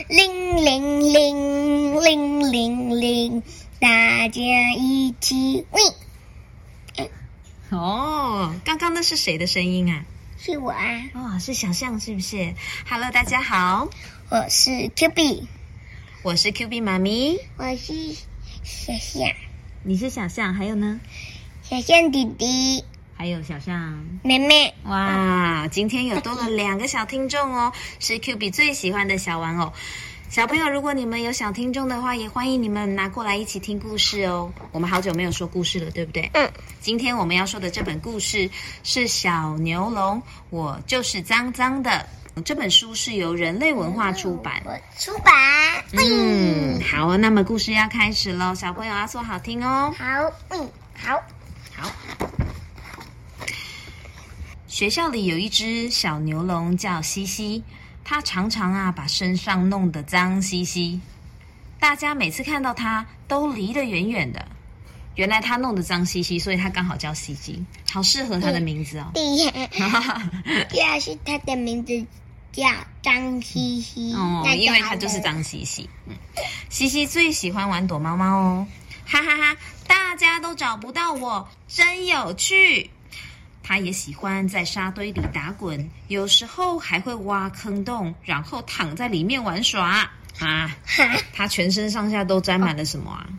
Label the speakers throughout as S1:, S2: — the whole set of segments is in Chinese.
S1: 铃铃铃铃铃铃，大家一起喂。
S2: 哦，刚刚那是谁的声音啊？
S1: 是我啊。
S2: 哦，是小象是不是 ？Hello， 大家好，
S1: 我是 QB，
S2: 我是 QB 妈咪，
S1: 我是小象，
S2: 你是小象，还有呢？
S1: 小象弟弟，
S2: 还有小象
S1: 妹妹。
S2: 哇，今天有多了2个小听众哦，是 QB 最喜欢的小玩偶。小朋友，如果你们有小听众的话，也欢迎你们拿过来一起听故事哦。我们好久没有说故事了，对不对？今天我们要说的这本故事是小牛龙，我就是脏脏的。这本书是由人类文化出版。
S1: 出版。
S2: 好，那么故事要开始咯，小朋友要坐好听哦。
S1: 好。
S2: 学校里有一只小牛龙叫西西，它常常把身上弄得脏兮兮，大家每次看到它都离得远远的。原来它弄得脏兮兮，所以它刚好叫西西，好适合它的名字哦。
S1: 对呀，是它的名字叫脏兮兮
S2: 哦，因为它就是脏兮兮。西西最喜欢玩躲猫猫哦，哈哈哈！大家都找不到我，真有趣。他也喜欢在沙堆里打滚，有时候还会挖坑洞，然后躺在里面玩耍啊！他全身上下都沾满了什么啊？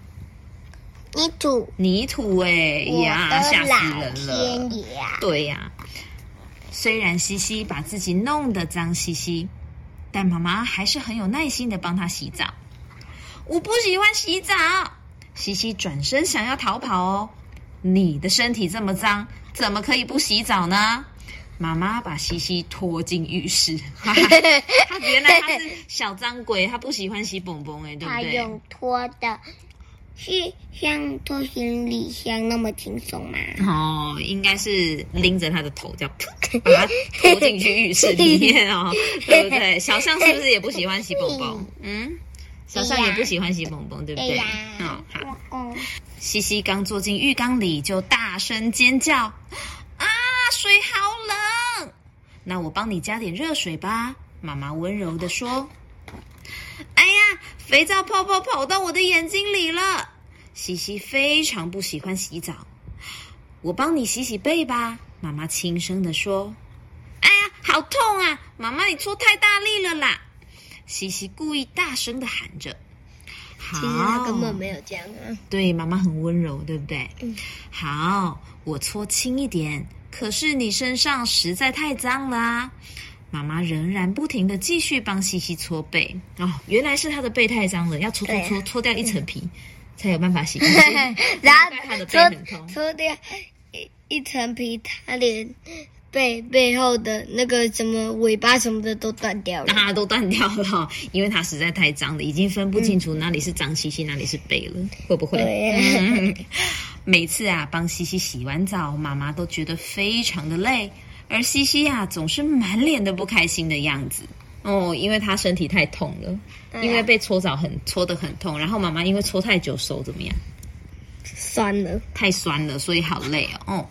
S2: 泥土呀，吓死人了！对呀，虽然西西把自己弄得脏兮兮，但妈妈还是很有耐心的帮他洗澡。我不喜欢洗澡，西西转身想要逃跑哦。你的身体这么脏，怎么可以不洗澡呢？妈妈把西西拖进浴室，原来他是小脏鬼，他不喜欢洗蹦蹦，对不对？
S1: 他用拖的，是像拖行李箱那么轻松吗？
S2: 哦，应该是拎着他的头，这样把他拖进去浴室里面哦，对不对？小象是不是也不喜欢洗蹦蹦？小象也不喜欢洗蹦蹦，对不对？好。西西刚坐进浴缸里就大声尖叫，啊，水好冷！那我帮你加点热水吧，妈妈温柔地说。哎呀，肥皂泡泡跑到我的眼睛里了。西西非常不喜欢洗澡。我帮你洗洗背吧，妈妈轻声地说。哎呀，好痛啊！妈妈，你搓太大力了啦！西西故意大声地喊着。
S1: 其实他根本没有这样
S2: 对，妈妈很温柔，对不对？好，我搓轻一点，可是你身上实在太脏啦。妈妈仍然不停地继续帮西西搓背。哦，原来是他的背太脏了，要搓掉一层皮，才有办法洗干净。然后他的背很痛，
S1: 搓掉一层皮，他连背后的那个什么尾巴什么的都断掉了，
S2: 都断掉了，因为它实在太脏了，已经分不清楚哪里是脏兮兮，哪里是背了，会不会？每次帮西西洗完澡，妈妈都觉得非常的累，而西西总是满脸的不开心的样子。哦，因为他身体太痛了，因为被搓得很痛，然后妈妈因为搓太久手怎么样？太酸了，所以好累哦。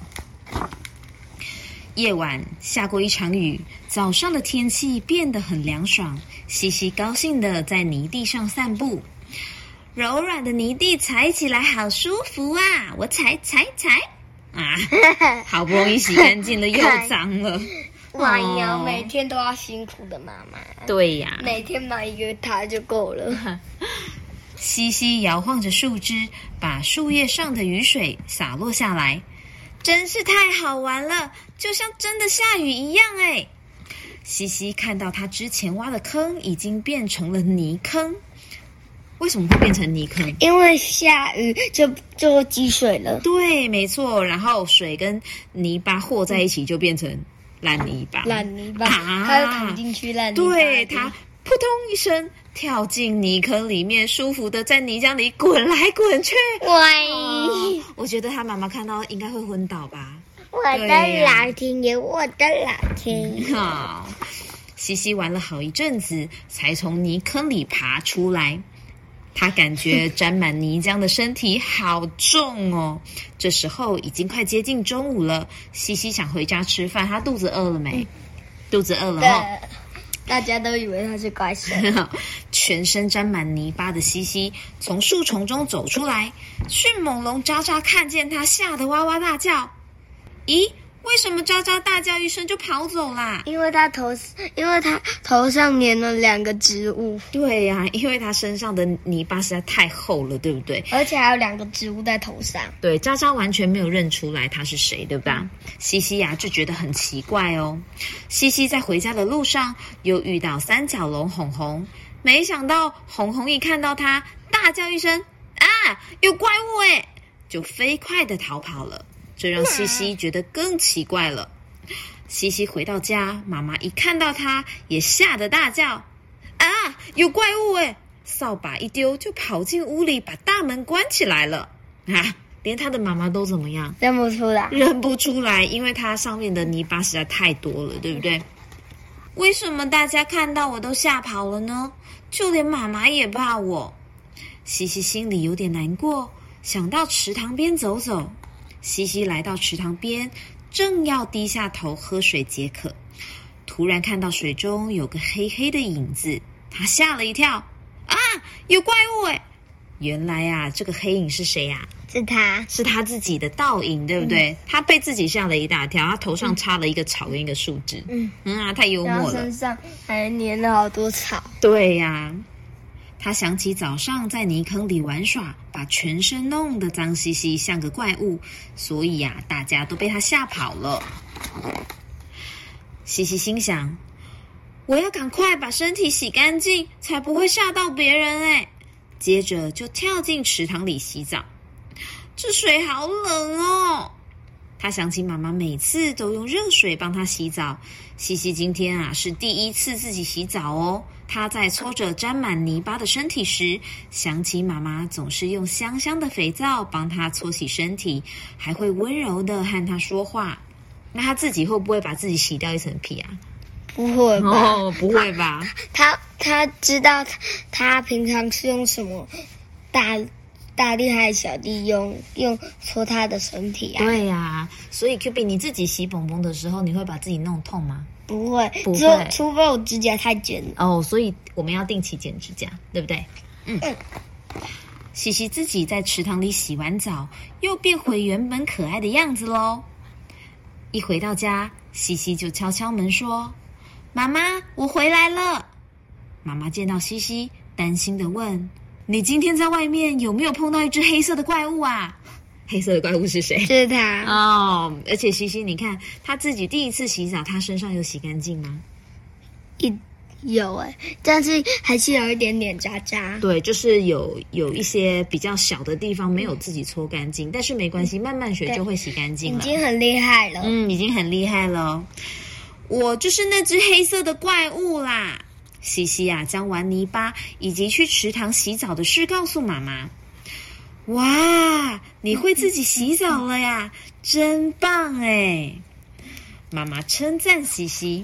S2: 夜晚下过一场雨，早上的天气变得很凉爽。西西高兴地在泥地上散步，柔软的泥地踩起来好舒服啊！我踩好不容易洗干净了，又脏了。
S1: 哇呀，每天都要辛苦的妈妈。
S2: 对呀，
S1: 每天买一个它就够了。
S2: 西西摇晃着树枝，把树叶上的雨水洒落下来。真是太好玩了，就像真的下雨一样哎！西西看到他之前挖的坑已经变成了泥坑。为什么会变成泥坑？
S1: 因为下雨就积水了。
S2: 对，没错，然后水跟泥巴和在一起就变成烂泥巴。
S1: 他就躺进去烂泥巴。
S2: 对，他扑通一声跳进泥坑里面，舒服的在泥浆里滚来滚去。我觉得他妈妈看到应该会昏倒吧。
S1: 我的老天爷，我的老天爷！
S2: 西西玩了好一阵子，才从泥坑里爬出来。他感觉沾满泥浆的身体好重哦。这时候已经快接近中午了，西西想回家吃饭。他肚子饿了没？肚子饿了哦。
S1: 大家都以为他是怪兽。
S2: 全身沾满泥巴的西西从树丛中走出来，迅猛龙渣渣看见他，吓得哇哇大叫。咦，为什么渣渣大叫一声就跑走啦？
S1: 因为他头上粘了2个植物。
S2: 对呀，因为他身上的泥巴实在太厚了，对不对？
S1: 而且还有2个植物在头上。
S2: 对，渣渣完全没有认出来他是谁，对吧？西西呀就觉得很奇怪哦。西西在回家的路上又遇到3角龙红红，没想到红红一看到他，大叫一声啊，有怪物耶，就飞快的逃跑了。这让西西觉得更奇怪了。西西回到家，妈妈一看到他也吓得大叫啊，有怪物耶，扫把一丢就跑进屋里把大门关起来了啊！连他的妈妈都怎么样？
S1: 认不出来，
S2: 因为它上面的泥巴实在太多了，对不对？为什么大家看到我都吓跑了呢？就连妈妈也怕我。西西心里有点难过，想到池塘边走走。西西来到池塘边，正要低下头喝水解渴，突然看到水中有个黑黑的影子，他吓了一跳啊，有怪物耶！原来啊，这个黑影是谁啊？是他自己的倒影，对不对？他被自己吓了一大跳，他头上插了一个草跟一个树枝，太幽默了。
S1: 然后身上还粘了好多草。
S2: 对呀，他想起早上在泥坑里玩耍，把全身弄得脏兮兮，像个怪物，所以啊，大家都被他吓跑了。西西心想，我要赶快把身体洗干净，才不会吓到别人哎。接着就跳进池塘里洗澡，这水好冷哦。他想起妈妈每次都用热水帮他洗澡，西西今天啊是第1次自己洗澡哦。他在搓着沾满泥巴的身体时，想起妈妈总是用香香的肥皂帮他搓洗身体，还会温柔的和他说话。那他自己会不会把自己洗掉一层皮啊？
S1: 不会吧？
S2: 哦，不会吧？
S1: 他知道他平常是用什么大力还是小力用搓他的身体啊？
S2: 对呀，所以 Q B 你自己洗蹦蹦的时候，你会把自己弄痛吗？
S1: 不会，除非我指甲太尖了。
S2: 哦，所以我们要定期剪指甲，对不对？西西自己在池塘里洗完澡，又变回原本可爱的样子咯。一回到家，西西就敲敲门说：“妈妈，我回来了。”妈妈见到西西，担心地问：“你今天在外面有没有碰到一只黑色的怪物啊？”黑色的怪物是谁？
S1: 是他
S2: 哦。而且西西，你看他自己第1次洗澡，他身上有洗干净吗？
S1: 有哎，但是还是有一点点渣渣。
S2: 对，就是有一些比较小的地方没有自己搓干净，但是没关系，慢慢学就会洗干净了。
S1: 已经很厉害了。
S2: 已经很厉害了。我就是那只黑色的怪物啦。西西啊，将玩泥巴以及去池塘洗澡的事告诉妈妈。哇，你会自己洗澡了呀，真棒哎！妈妈称赞西西。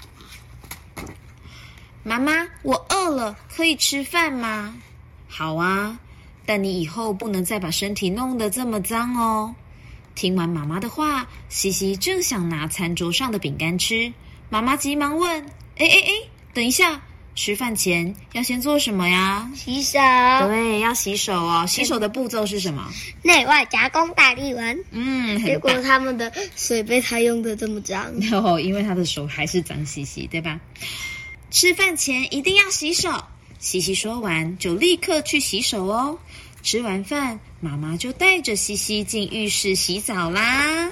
S2: 妈妈，我饿了，可以吃饭吗？好啊，但你以后不能再把身体弄得这么脏哦。听完妈妈的话，西西正想拿餐桌上的饼干吃，妈妈急忙问：等一下，吃饭前要先做什么呀？
S1: 洗手。
S2: 对，要洗手哦。洗手的步骤是什么？
S1: 内外夹攻大力丸。结果他们的水被他用得这么脏。
S2: 因为他的手还是脏兮兮，对吧？吃饭前一定要洗手。西西说完就立刻去洗手哦。吃完饭，妈妈就带着西西进浴室洗澡啦。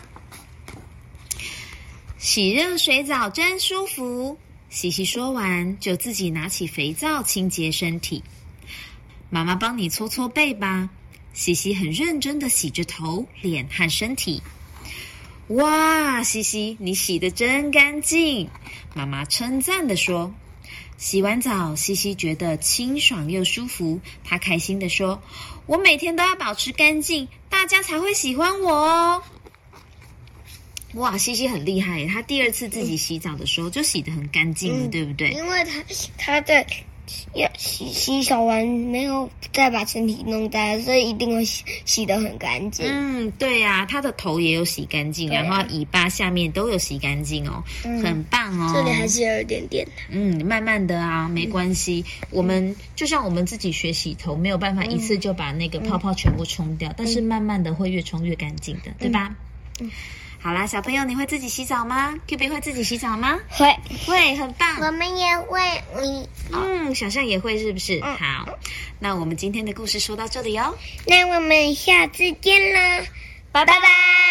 S2: 洗热水澡真舒服。西西说完就自己拿起肥皂清洁身体。妈妈帮你搓搓背吧。西西很认真地洗着头、脸和身体。哇，西西，你洗得真干净，妈妈称赞地说。洗完澡，西西觉得清爽又舒服，她开心地说：“我每天都要保持干净，大家才会喜欢我哦。”哇，西西很厉害，她第2次自己洗澡的时候就洗得很干净了，对不对？
S1: 因为她在要洗手完没有再把身体弄脏，所以一定会洗得很干净。
S2: 对呀，它的头也有洗干净，然后尾巴下面都有洗干净哦，很棒哦。
S1: 这里还是有一点点的。
S2: 慢慢的啊，没关系。我们就像我们自己学洗头，没有办法一次就把那个泡泡全部冲掉，但是慢慢的会越冲越干净的，对吧？好啦，小朋友，你会自己洗澡吗 ？Q B 会自己洗澡吗？会，很棒。
S1: 我们也会，
S2: 小象也会，是不是？好，那我们今天的故事说到这里哦。
S1: 那我们下次见啦，拜拜。